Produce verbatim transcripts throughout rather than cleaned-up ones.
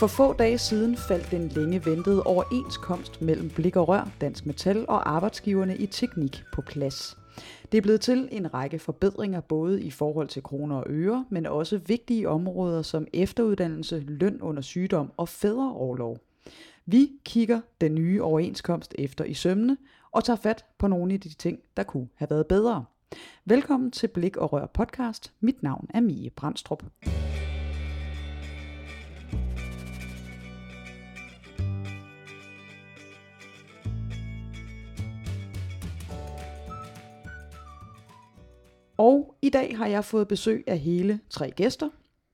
For få dage siden faldt den længe ventede overenskomst mellem Blik og Rør, Dansk Metal og arbejdsgiverne i Teknik på plads. Det er blevet til en række forbedringer både i forhold til kroner og øre, men også vigtige områder som efteruddannelse, løn under sygdom og fædreorlov. Vi kigger den nye overenskomst efter i sømmene og tager fat på nogle af de ting, der kunne have været bedre. Velkommen til Blik og Rør podcast. Mit navn er Mie Brandstrup. Og i dag har jeg fået besøg af hele tre gæster,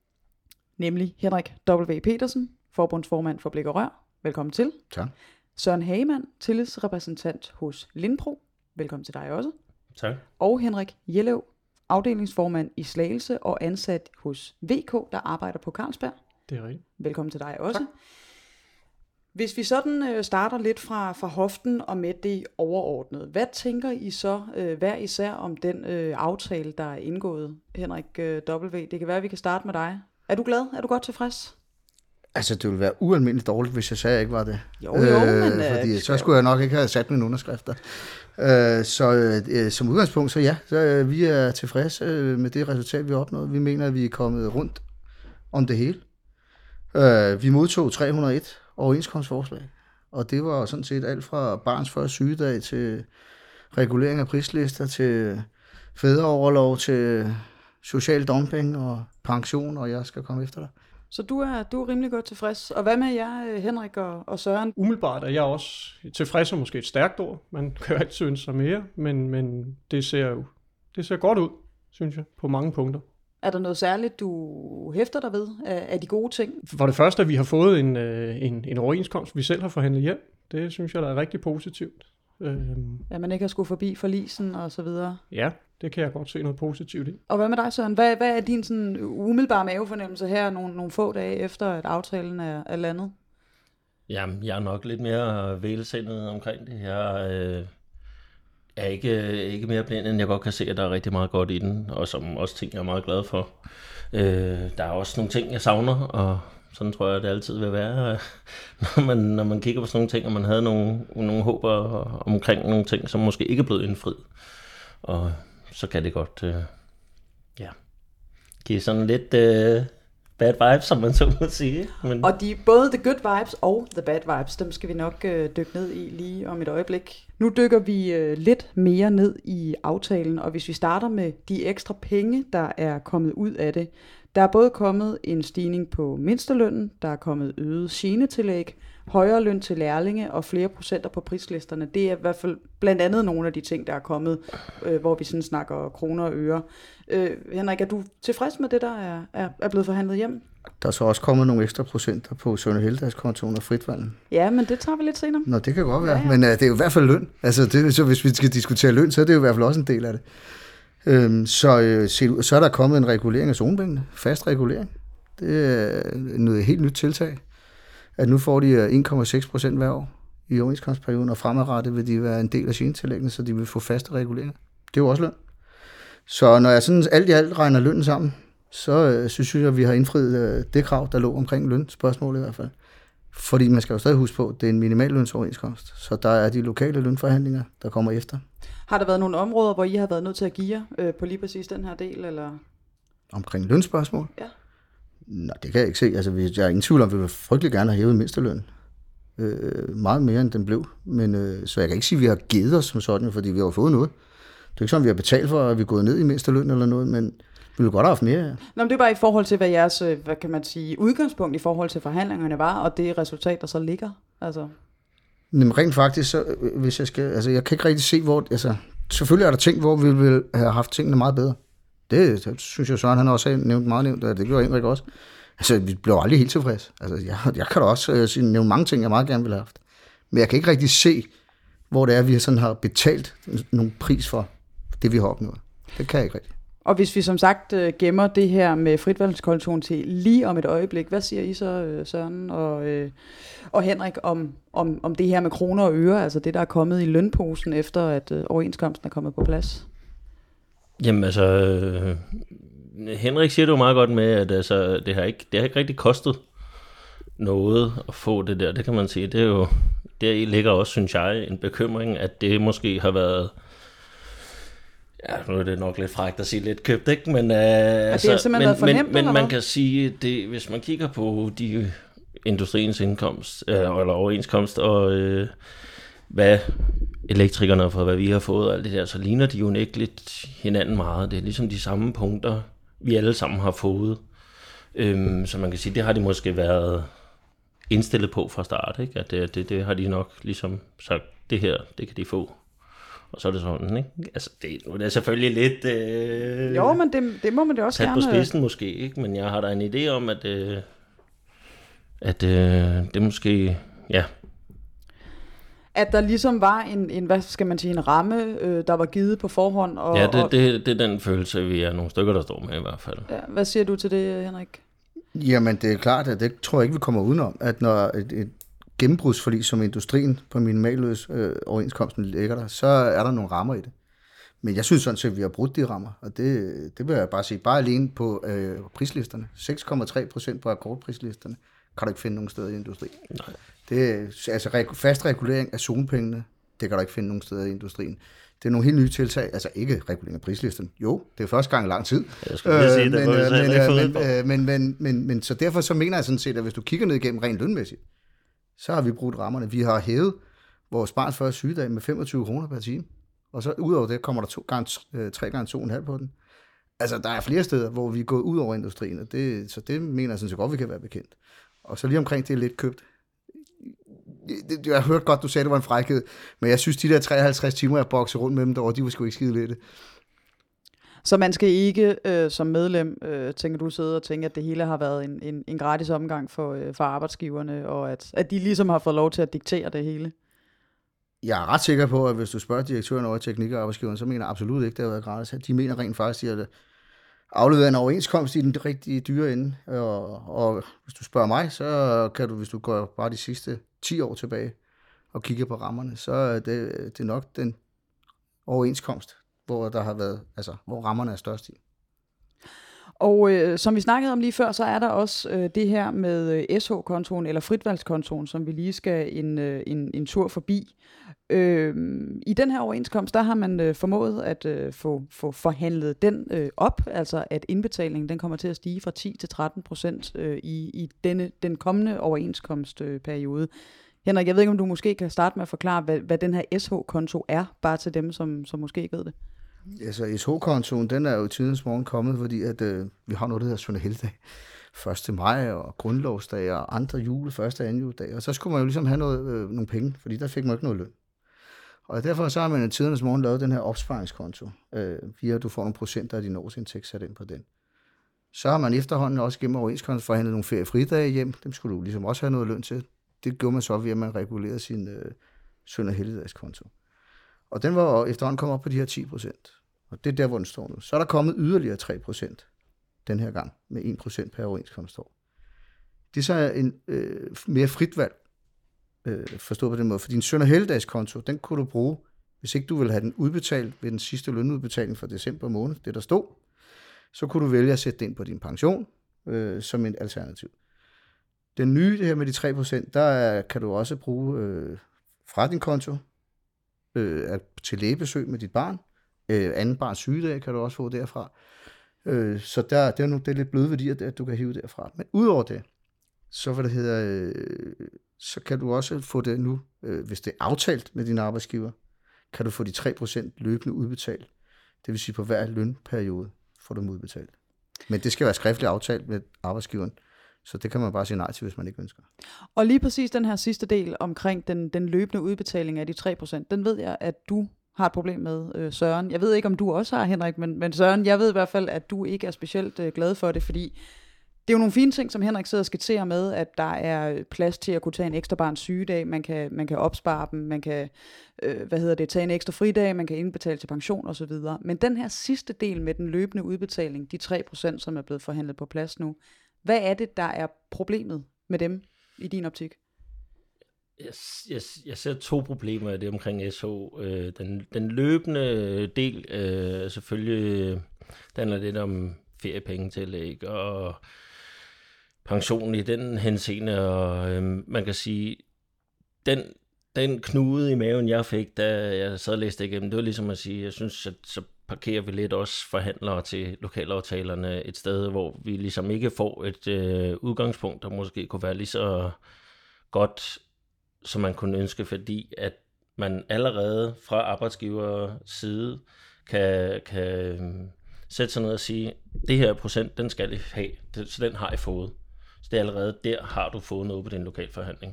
nemlig Henrik W. Petersen, forbundsformand for Blik og Rør. Velkommen til. Tak. Søren Hagemann, tillidsrepræsentant hos Lindpro. Velkommen til dig også. Tak. Og Henrik Jellev, afdelingsformand i Slagelse og ansat hos V K, der arbejder på Carlsberg. Det er rigtigt. Velkommen til dig også. Tak. Hvis vi sådan øh, starter lidt fra, fra hoften og med det overordnede, hvad tænker I så øh, hver især om den øh, aftale, der er indgået, Henrik øh, W? Det kan være, at vi kan starte med dig. Er du glad? Er du godt tilfreds? Altså, det ville være ualmindeligt dårligt, hvis jeg sagde, at jeg ikke var det. Jo, jo, øh, men... Fordi øh, så skulle jeg nok ikke have sat mine underskrifter. Øh, så øh, som udgangspunkt, så ja, så, øh, vi er tilfredse øh, med det resultat, vi har opnået. Vi mener, at vi er kommet rundt om det hele. Øh, vi modtog tre hundrede og et overenskomstforslag, og det var sådan set alt fra barns første sygedag til regulering af prislister, til fædreorlov, til social dumping og pension, og jeg skal komme efter dig. Så du er, du er rimelig godt tilfreds. Og hvad med jer, Henrik og, og Søren? Umiddelbart er jeg også tilfreds, og måske et stærkt ord. Man kan jo ikke ønske sig mere, men, men det ser jo det ser godt ud, synes jeg, på mange punkter. Er der noget særligt, du hæfter dig ved af, af de gode ting? For det første, at vi har fået en, en, en overenskomst, vi selv har forhandlet hjem. Det synes jeg, der er rigtig positivt. Øhm, At man ikke har skulle forbi forlisen og så videre. ja, det kan jeg godt se noget positivt i. Og hvad med dig, Søren? Hvad, hvad er din sådan umiddelbare mavefornemmelse her nogle, nogle få dage efter, at aftalen er, er landet? Jamen, jeg er nok lidt mere vælsindet omkring det her. Øh, jeg er ikke, ikke mere blind, end jeg godt kan se, at der er rigtig meget godt i den, og som også ting, jeg er meget glad for. Øh, der er også nogle ting, jeg savner, og sådan tror jeg, det altid vil være, når man, når man kigger på sådan nogle ting, og man havde nogle, nogle håber omkring nogle ting, som måske ikke er blevet indfriet. Og så kan det godt øh, ja, give sådan lidt øh, bad vibes, som man så må sige. Men... Og de, både the good vibes og the bad vibes, dem skal vi nok øh, dykke ned i lige om et øjeblik. Nu dykker vi øh, lidt mere ned i aftalen, og hvis vi starter med de ekstra penge, der er kommet ud af det. Der er både kommet en stigning på mindstelønnen, der er kommet øget genetillæg, højere løn til lærlinge og flere procenter på prislisterne. Det er i hvert fald blandt andet nogle af de ting, der er kommet, øh, hvor vi sådan snakker kroner og øre. Øh, Henrik, er du tilfreds med det, der er, er, er blevet forhandlet hjem? Der er så også kommet nogle ekstra procenter på Søren Heldagskontoen og fritvalgen. Ja, men det tager vi lidt senere. Nå, det kan godt være, ja, ja. men uh, det er jo i hvert fald løn. Altså, det, så hvis vi skal diskutere løn, så er det jo i hvert fald også en del af det. Øhm, så, øh, så er der kommet en regulering af zonebænkene, fast regulering. Det er noget helt nyt tiltag, at nu får de en komma seks procent hver år i overenskomstperioden, og fremadrettet vil de være en del af genetillæggene, så de vil få faste reguleringer. Det er jo også løn. Så når jeg sådan alt i alt regner lønnen sammen, så øh, synes jeg, at vi har indfriet øh, det krav, der lå omkring lønspørgsmålet i hvert fald. Fordi man skal jo stadig huske på, at det er en minimallønsoverenskomst, så der er de lokale lønforhandlinger, der kommer efter. Har der været nogle områder, hvor I har været nødt til at give øh, på lige præcis den her del? Eller? Omkring lønspørgsmål? Ja. Nej, det kan jeg ikke se. Altså, jeg er ingen tvivl om, at vi vil frygtelig gerne have hævet mindsteløn. Øh, meget mere, end den blev. Men, øh, så jeg kan ikke sige, at vi har givet os som sådan, fordi vi har fået noget. Det er ikke sådan, vi har betalt for, at vi er gået ned i mindsteløn eller noget, men vi ville godt have haft mere. Ja. Nå, men det er bare i forhold til, hvad jeres, hvad kan man sige, udgangspunkt i forhold til forhandlingerne var, og det resultat, der så ligger. Altså. Men rent faktisk, så, hvis jeg skal, altså, jeg kan ikke rigtig se, hvor, altså, selvfølgelig er der ting, hvor vi ville have haft tingene meget bedre. Det, det synes jeg, Søren han også har nævnt meget nævnt, og det gjorde Henrik også. Altså, vi blev aldrig helt tilfreds. Altså, jeg, jeg kan da også uh, sige, nævne mange ting, jeg meget gerne ville have haft. Men jeg kan ikke rigtig se, hvor det er, vi sådan har betalt nogen pris for det, vi har opnået. Det kan jeg ikke rigtig. Og hvis vi som sagt gemmer det her med fritvalgskontoen til lige om et øjeblik, hvad siger I så, Søren og, øh, og Henrik, om, om, om det her med kroner og øre, altså det, der er kommet i lønposen, efter at øh, overenskomsten er kommet på plads? Jamen altså, øh, Henrik siger det jo meget godt med, at altså, det, har ikke, det har ikke rigtig kostet nåede at få det der, det kan man sige, det er jo, der ligger også, synes jeg, en bekymring, at det måske har været, ja, nu er det nok lidt frækt at sige lidt købt, ikke? Men, øh, altså, det simpelthen men, været for nemt, men, men eller man hvad? kan sige, det, hvis man kigger på de industriens indkomst, øh, eller overenskomst, og øh, hvad elektrikerne og for hvad vi har fået og alt det der, så ligner de jo ikke lidt hinanden meget. Det er ligesom de samme punkter, vi alle sammen har fået. Øhm, så man kan sige, det har de måske været indstillet på fra start, ikke? At det, det, det har de nok ligesom sagt, det her, det kan de få. Og så er det sådan, ikke? Altså, det, nu er det selvfølgelig lidt øh, Jo, men det, det må man det også sat gerne. på spidsen måske, ikke? Men jeg har da en idé om, at, øh, at øh, det måske, ja, At der ligesom var en, en hvad skal man sige, en ramme, øh, der var givet på forhånd. Og, ja det, og, det, det er den følelse, vi er nogle stykker, der står med i hvert fald. ja, hvad siger du til det, Henrik? Jamen, det er klart, at det tror jeg ikke, vi kommer udenom, at når et, et gennembrudsforlig som industrien på minimalløs øh, overenskomsten ligger der, så er der nogle rammer i det. Men jeg synes sådan set, at vi har brudt de rammer, og det, det vil jeg bare sige. Bare alene på øh, prislisterne. seks komma tre procent på akkordprislisterne kan du ikke finde nogen steder i industrien. Nej. Det er, altså reg- fast regulering af zonepengene, det kan du ikke finde nogen steder i industrien. Det er nogle helt nye tiltag, altså ikke regulering af prislisten. Jo, det er første gang i lang tid. Jeg skulle lige sige, Øh, det men, var øh, jeg men, ikke øh, fået men, øh, men, men, men, men så derfor så mener jeg sådan set, at hvis du kigger ned igennem rent lønmæssigt, så har vi brugt rammerne. Vi har hævet vores barns første sygedag med femogtyve kroner per time. Og så ud over det kommer der to gange, øh, tre gange to og en halv på den. Altså, der er flere steder, hvor vi er gået ud over industrien, og det, så det mener jeg sådan set godt, vi kan være bekendt. Og så lige omkring det er lidt købt. Det, det, jeg har hørt godt, du sagde, det var en frækhed, men jeg synes, de der treoghalvtreds timer, jeg bokser rundt med dem derovre, de var sgu ikke skide lidt. Så man skal ikke øh, som medlem, øh, tænker du, sidde og tænke, at det hele har været en, en, en gratis omgang for, øh, for arbejdsgiverne, og at, at de ligesom har fået lov til at diktere det hele? Jeg er ret sikker på, at hvis du spørger direktøren over teknik og arbejdsgiveren, så mener jeg absolut ikke, det har været gratis. De mener rent faktisk, at de har afleveret en overenskomst i den rigtige dyre ende. Og, og hvis du spørger mig, så kan du, hvis du går bare de sidste ti år tilbage og kigger på rammerne, så er det, det er nok den overenskomst, hvor der har været, altså hvor rammerne er størst i. Og øh, som vi snakkede om lige før, så er der også øh, det her med øh, S H-kontoen eller fritvalgskontoen, som vi lige skal en, øh, en, en tur forbi. Øh, I den her overenskomst, der har man øh, formået at øh, få, få forhandlet den øh, op, altså at indbetalingen den kommer til at stige fra ti til tretten procent øh, i, i denne, den kommende overenskomstperiode. Øh, Henrik, jeg ved ikke, om du måske kan starte med at forklare, hvad, hvad den her S H-konto er, bare til dem, som, som måske ikke ved det. Altså S H-kontoen, den er jo tidens morgen kommet, fordi at, øh, vi har noget, der hedder Sønder Helligdag. første maj og grundlovsdag og andre jule, første og anden juledag. Og så skulle man jo ligesom have noget, øh, nogle penge, fordi der fik man ikke noget løn. Og derfor så har man i tidernes morgen lavet den her opsparingskonto, øh, via at du får nogle procenter af din årsindtægt sat ind på den. Så har man efterhånden også gennem overenskomst forhandlet nogle feriefridage hjem. Dem skulle du ligesom også have noget løn til. Det gjorde man så ved, at man regulerede sin øh, Sønder Helligdagskonto. Og den var efterhånden kommet op på de her ti procent. Og det er der, hvor den står nu. Så er der kommet yderligere tre procent den her gang, med en procent per overenskomstår. Det er så en øh, mere frit valg, øh, forstået på den måde. For din Sønder Helligdagskonto, den kunne du bruge, hvis ikke du ville have den udbetalt ved den sidste lønudbetaling for december måned, det der stod, så kunne du vælge at sætte den ind på din pension øh, som et alternativ. Den nye, det her med de tre procent, der kan du også bruge øh, fra din konto øh, til lægebesøg med dit barn. Øh, anden barns sygedag kan du også få derfra. Øh, så der, det er nogle det er lidt bløde værdier, at du kan hive derfra. Men udover det, så, hvad det hedder, øh, så kan du også få det nu, øh, hvis det er aftalt med din arbejdsgiver, kan du få de tre procent løbende udbetalt. Det vil sige, på hver lønperiode får du dem udbetalt. Men det skal være skriftligt aftalt med arbejdsgiveren. Så det kan man bare sige nej til, hvis man ikke ønsker. Og lige præcis den her sidste del omkring den, den løbende udbetaling af de tre procent, den ved jeg, at du har et problem med, øh, Søren. Jeg ved ikke, om du også har, Henrik, men, men Søren, jeg ved i hvert fald, at du ikke er specielt øh, glad for det, fordi det er jo nogle fine ting, som Henrik sidder og skitserer med, at der er plads til at kunne tage en ekstra barns sygedag, man kan, man kan opspare dem, man kan øh, hvad hedder det, tage en ekstra fridag, man kan indbetale til pension osv. Men den her sidste del med den løbende udbetaling, de tre procent, som er blevet forhandlet på plads nu, hvad er det, der er problemet med dem i din optik? Jeg, jeg, jeg ser to problemer i det omkring S H. Øh, den, den løbende del, øh, selvfølgelig, den er lidt om feriepengetillæg og pensionen i den henseende, og øh, man kan sige, den, den knude i maven, jeg fik, da jeg sad og læste igennem, det var ligesom at sige, jeg synes, at så parkerer vi lidt også forhandlere til lokalaftalerne et sted, hvor vi ligesom ikke får et øh, udgangspunkt, der måske kunne være lige så godt, som man kunne ønske, fordi at man allerede fra arbejdsgivers side kan, kan sætte sig ned og sige, det her procent, den skal I have, så den har I fået. Så det er allerede der, har du fået noget på din lokalforhandling.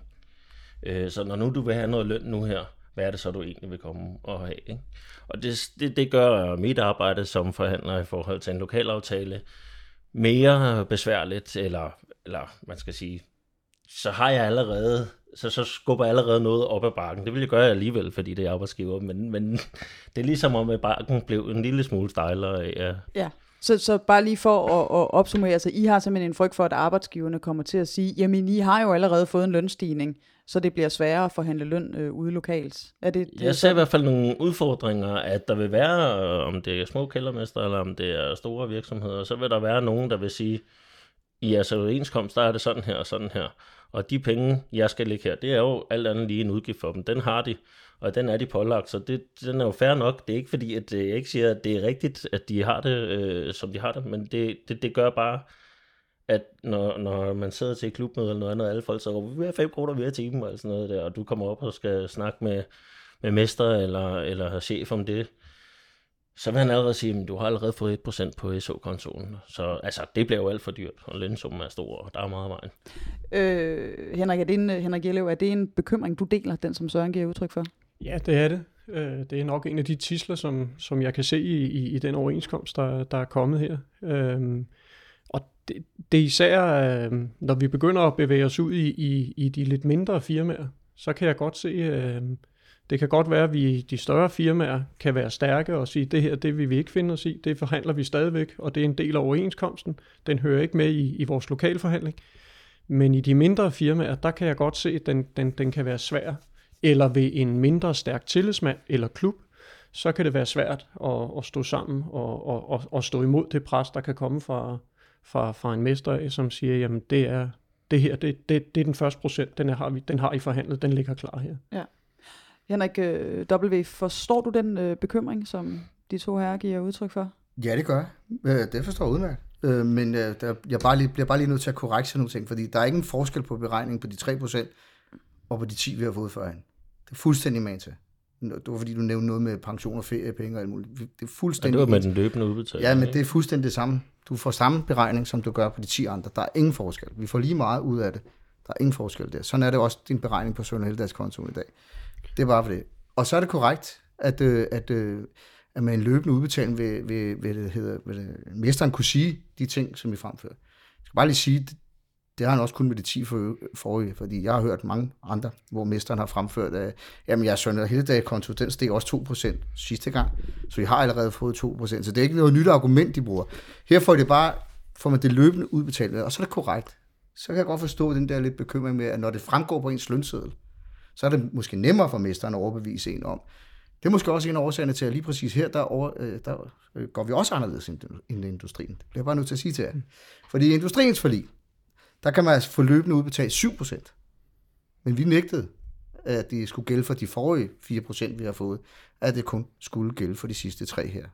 Så når nu du vil have noget løn nu her, hvad er det så, du egentlig vil komme og have? Ikke? Og det, det, det gør mit arbejde som forhandler i forhold til en lokalaftale mere besværligt, eller, eller man skal sige, så har jeg allerede, så, så skubber jeg allerede noget op ad bakken. Det vil jeg gøre alligevel, fordi det er arbejdsgiver, men, men det er ligesom om, at bakken blev en lille smule stejlere af. Ja. ja. Så, så bare lige for at, at opsummere, altså I har simpelthen en frygt for, at arbejdsgiverne kommer til at sige, jamen I har jo allerede fået en lønstigning, så det bliver sværere at forhandle løn øh, ude lokalt. Er det, det jeg ser i hvert fald nogle udfordringer, at der vil være, om det er små kældermester, eller om det er store virksomheder, så vil der være nogen, der vil sige, i jeres overenskomst, der er det sådan her og sådan her, og de penge, jeg skal lægge her, det er jo alt andet lige en udgift for dem. Den har de, og den er de pålagt, så det, den er jo fair nok. Det er ikke fordi, at jeg ikke siger, at det er rigtigt, at de har det, øh, som de har det, men det, det, det gør bare, at når, når man sidder til et klubmøde eller noget andet, alle folk siger, vi vil have fem kroner mere timen og sådan noget der, og du kommer op og skal snakke med, med mester eller, eller chef om det, så vil han allerede sige, at du har allerede fået et procent på S O-kontoen. Så altså, det bliver jo alt for dyrt, og lønsummen er stor, og der er meget af vejen. Øh, Henrik, er det en, Henrik Jellev, er det en bekymring, du deler, den som Søren giver udtryk for? Ja, det er det. Det er nok en af de tidsler, som, som jeg kan se i, i, i den overenskomst, der, der er kommet her. Øhm, og det, det er især, øh, når vi begynder at bevæge os ud i, i, i de lidt mindre firmaer, så kan jeg godt se, øh, det kan godt være, at vi de større firmaer kan være stærke og sige, det her, det vil vi ikke finde os i, det forhandler vi stadigvæk, og det er en del af overenskomsten. Den hører ikke med i, i vores lokalforhandling. Men i de mindre firmaer, der kan jeg godt se, at den, den, den kan være svær. Eller ved en mindre stærk tillidsmand eller klub, så kan det være svært at, at stå sammen og, og, og, og stå imod det pres, der kan komme fra, fra, fra en mester af, som siger, jamen det er det her, det, det, det er den første procent, den, er, har vi, den har I forhandlet, den ligger klar her. Ja. Henrik øh, W., forstår du den øh, bekymring, som de to herrer giver udtryk for? Ja, det gør jeg. Øh, det forstår jeg udmærket. Øh, men øh, der, jeg bare lige, bliver bare lige nødt til at korrekte nogle ting, fordi der er ikke en forskel på beregningen på de tre procent og på de ti, vi har fået førhen. Det er fuldstændig man til. Det var fordi, du nævnte noget med pension og feriepenge og alt muligt. Det er fuldstændig... Ja, det var med den løbende udbetaling. Ja, men det er fuldstændig det samme. Du får samme beregning, som du gør på de ti andre. Der er ingen forskel. Vi får lige meget ud af det. Der er ingen forskel der. Sådan er det også din beregning på Søren og Heldagskontoen i dag. Det er bare for det. Og så er det korrekt, at, øh, at, øh, at med en løbende udbetaling vil, vil, vil, det hedder, vil det, mesteren kunne sige de ting, som vi fremfører. Jeg skal bare lige sige, det, det har han også kun med de ti forrige, fordi jeg har hørt mange andre, hvor mesteren har fremført, at jamen, jeg Søren og Heldagskonto, den steg også to procent sidste gang, så vi har allerede fået to procent, så det er ikke noget nyt argument, de bruger. Her får det bare, får man det løbende udbetalt, og så er det korrekt. Så kan jeg godt forstå den der lidt bekymring med, at når det fremgår på ens lønseddel, så er det måske nemmere for mesteren at overbevise en om. Det er måske også en af årsagerne til, at lige præcis her, der, over, der går vi også anderledes end industrien. Det bliver jeg bare nødt til at sige til jer. Fordi i industriens forlig, der kan man altså få løbende udbetalt syv procent. Men vi nægtede, at det skulle gælde for de forrige fire procent, vi har fået, at det kun skulle gælde for de sidste tre her.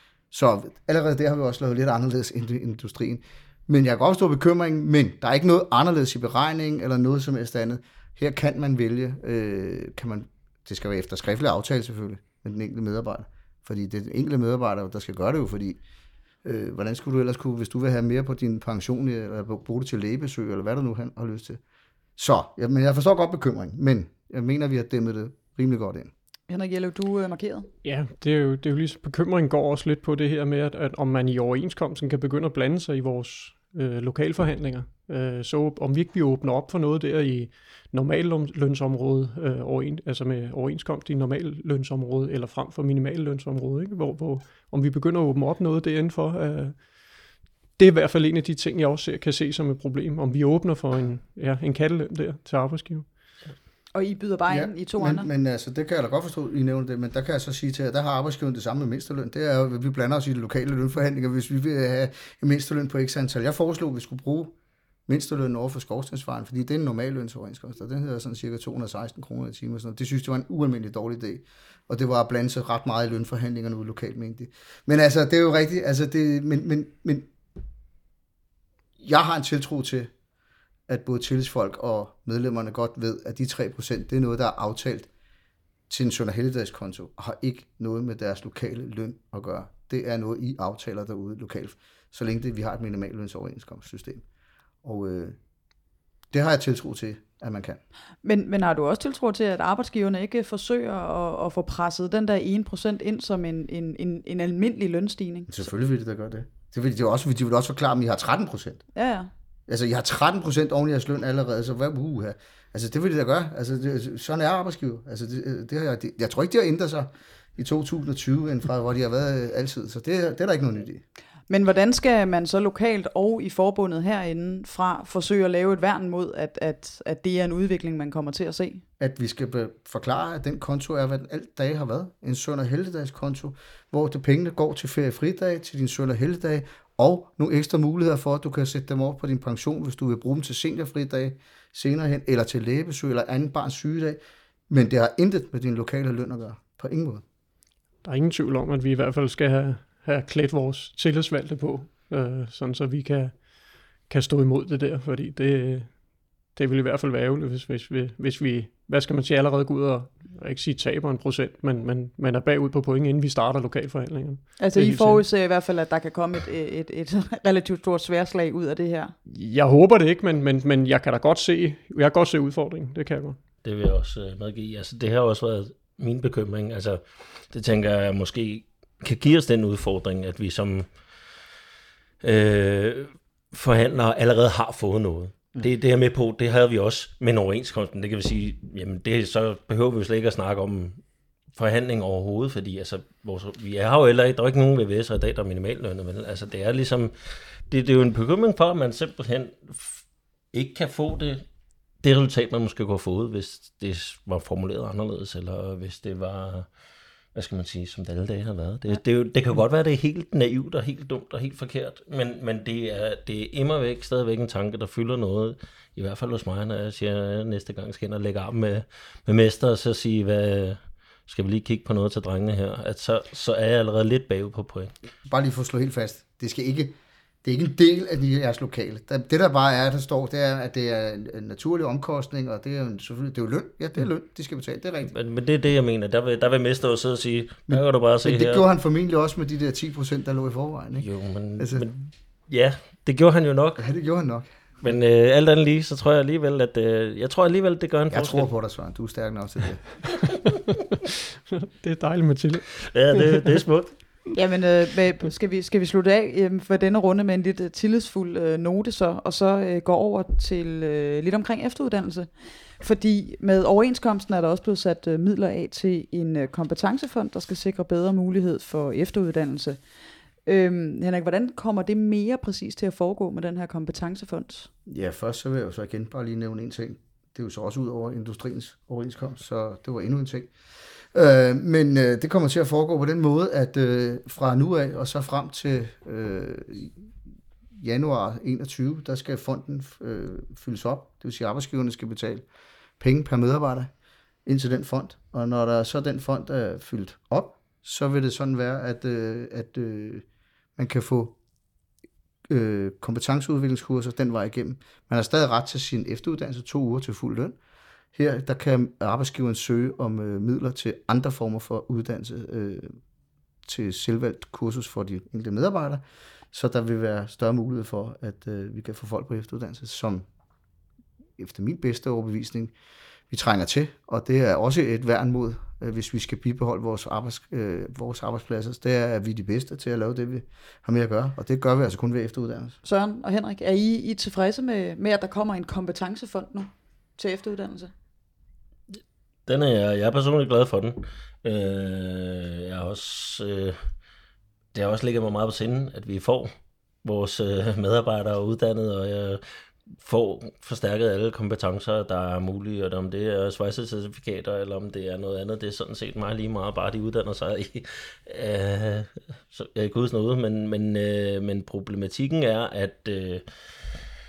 Så allerede der har vi også lavet lidt anderledes end industrien. Men jeg kan godt forstå bekymringen, men der er ikke noget anderledes i beregningen, eller noget som helst andet. Her kan man vælge, øh, kan man, det skal være efter skriftlig aftale selvfølgelig, med den enkelte medarbejder. Fordi det er den enkelte medarbejder, der skal gøre det jo, fordi øh, hvordan skulle du ellers kunne, hvis du vil have mere på din pension, eller bruge det til lægebesøg, eller hvad du nu har lyst til. Så, ja, men jeg forstår godt bekymring, men jeg mener, vi har dæmmet det rimelig godt ind. Henrik Jellev, du er markeret. Ja, det er jo, det er jo lige, bekymringen går også lidt på det her med, at, at om man i overenskomsten kan begynde at blande sig i vores øh, lokalforhandlinger. Øh, så om vi ikke vi åbner op for noget der i normallønsområdet, øh, overen, altså med overenskomst i normallønsområdet, eller frem for minimallønsområdet, ikke? Hvor, hvor, om vi begynder at åbne op noget derindenfor. Øh, det er i hvert fald en af de ting, jeg også ser, kan se som et problem, om vi åbner for en, ja, en katteløn der til arbejdsgiver. Og I byder bare ja, ind i to men, andre? Men altså, det kan jeg da godt forstå, I nævner det, men der kan jeg så sige til, at der har arbejdsgiveren det samme med mindsteløn. Det er jo, at vi blander os i de lokale lønforhandlinger, hvis vi vil have en mindsteløn på x antal. Jeg foreslog, at vi skulle bruge mindstelønnen over for skorstensfejren, fordi det er en normallønsoverenskomst, og den hedder sådan cirka to hundrede og seksten kroner i timen. Det synes det var en ualmindelig dårlig idé, og det var at blande sig ret meget i lønforhandlingerne ude lokalt, mente de. Men altså, det er jo rigtigt, altså det, men, men, men jeg har en tiltro til, at både tillidsfolk og medlemmerne godt ved, at de tre procent, det er noget, der er aftalt til en Sønder Helligdagskonto, og har ikke noget med deres lokale løn at gøre. Det er noget, I aftaler derude lokalt, så længe det, vi har et minimallønsoverenskomstsystem. Og øh, det har jeg tiltro til, at man kan. Men, men har du også tiltro til, at arbejdsgiverne ikke forsøger at, at få presset den der en procent ind som en, en, en, en almindelig lønstigning? Selvfølgelig vil de da gøre det. Det vil de også, de vil også forklare, at I har tretten procent. Ja, ja. Altså, I har tretten procent oven i jeres løn allerede, så hvad uh, her? Altså, det vil de da gøre. Altså, det, sådan er arbejdsgiver. Altså, det, det har, det, jeg tror ikke, de har ændret sig i to tusind og tyve, end fra hvor de har været altid. Så det, det er der ikke noget nyt i. Men hvordan skal man så lokalt og i forbundet herinde fra forsøge at lave et værn mod, at, at, at det er en udvikling, man kommer til at se? At vi skal forklare, at den konto er, hvad den alt dage har været. En Sønder Helligdagskonto, hvor det pengene går til feriefridag, til din Sønder Helligdag, og nogle ekstra muligheder for, at du kan sætte dem over på din pension, hvis du vil bruge dem til seniorfridag senere hen, eller til lægebesøg, eller anden barns sygedag. Men det har intet med din lokale løn at gøre. På ingen måde. Der er ingen tvivl om, at vi i hvert fald skal have, have klædt vores tillidsvalgte på, øh, sådan så vi kan, kan stå imod det der, fordi det, det vil i hvert fald være ærgerligt, hvis, hvis, vi, hvis vi, hvad skal man sige, allerede går ud og, og ikke sige taber en procent, men, men, men er bagud på point, inden vi starter lokalforhandlingerne. Altså I forudser i hvert fald, at der kan komme et, et, et relativt stort sværslag ud af det her? Jeg håber det ikke, men, men, men jeg kan da godt se, jeg kan godt se udfordringen, det kan jeg godt. Det vil jeg også medgive. Altså, det har også været min bekymring. Altså, det tænker jeg måske kan give os den udfordring, at vi som øh, forhandlere allerede har fået noget. Mm. Det, det er med på, det havde vi også med en overenskomst. Det kan vi sige, jamen det, så behøver vi jo slet ikke at snakke om forhandling overhovedet, fordi altså, vores, vi er jo heller ikke, der er ikke nogen V V S'er i dag, der er minimallønnet, men altså det er ligesom, det, det er jo en bekymring for, at man simpelthen ikke kan få det, det resultat, man måske kunne få ud, hvis det var formuleret anderledes, eller hvis det var, hvad skal man sige, som det alle dage har været. Det, det, det, det kan godt være, det er helt naivt og helt dumt og helt forkert, men, men det er, det er immervæk stadigvæk en tanke, der fylder noget, i hvert fald hos mig, når jeg siger, at næste gang skal jeg lægge arm med, med mester, og så sige, hvad, skal vi lige kigge på noget til drengene her, at så, så er jeg allerede lidt bagud på point. Bare lige for at slå helt fast, det skal ikke... Det er ikke en del af jeres lokale. Det, der bare er, der står, det er, at det er en naturlig omkostning, og det er jo selvfølgelig, det er jo løn. Ja, det er løn, de skal betale, det er rigtigt. Men, men det er det, jeg mener. Der vil, der vil mester jo sidde og sige, der kan du bare se her. Men det her. Gjorde han formentlig også med de der ti procent, der lå i forvejen, ikke? Jo, men, altså, men ja, det gjorde han jo nok. Ja, det gjorde han nok. Men øh, alt andet lige, så tror jeg alligevel, at øh, jeg tror alligevel, det gør en jeg forskel. Jeg tror på dig, Søren. Du er stærk nok til det. Det er dejligt med tillid. Ja, det, det er smukt. Jamen, øh, skal, vi, skal vi slutte af øh, for denne runde med en lidt uh, tillidsfuld øh, note så, og så øh, gå over til øh, lidt omkring efteruddannelse. Fordi med overenskomsten er der også blevet sat øh, midler af til en øh, kompetencefond, der skal sikre bedre mulighed for efteruddannelse. Øhm, Henrik, hvordan kommer det mere præcis til at foregå med den her kompetencefond? Ja, først så vil jeg jo så igen bare lige nævne en ting. Det er jo så også ud over industriens overenskomst, så det var endnu en ting. Øh, men øh, det kommer til at foregå på den måde, at øh, fra nu af og så frem til øh, januar enogtyve, der skal fonden øh, fyldes op. Det vil sige, at arbejdsgiverne skal betale penge per medarbejder ind til den fond. Og når der så den fond er fyldt op, så vil det sådan være, at, øh, at øh, man kan få øh, kompetenceudviklingskurser den vej igennem. Man har stadig ret til sin efteruddannelse to uger til fuld løn. Her der kan arbejdsgiveren søge om øh, midler til andre former for uddannelse øh, til selvvalgt kursus for de enkelte medarbejdere, så der vil være større mulighed for, at øh, vi kan få folk på efteruddannelse, som efter min bedste overbevisning, vi trænger til, og det er også et værn mod, øh, hvis vi skal bibeholde vores, arbejds, øh, vores arbejdspladser, det er, at vi er de bedste til at lave det, vi har med at gøre, og det gør vi altså kun ved efteruddannelse. Søren og Henrik, er I, I tilfredse med, med, at der kommer en kompetencefond nu til efteruddannelse? Den er jeg, jeg er personligt glad for den. Øh, jeg er også, øh, det har også ligget mig meget på sinde, at vi får vores øh, medarbejdere uddannet, og jeg får forstærket alle kompetencer, der er mulige, og om det er svejsecertifikater, eller om det er noget andet, det er sådan set meget lige meget, bare de uddanner sig i. Øh, så jeg er ikke ude sådan noget, men, men, øh, men problematikken er, at, øh,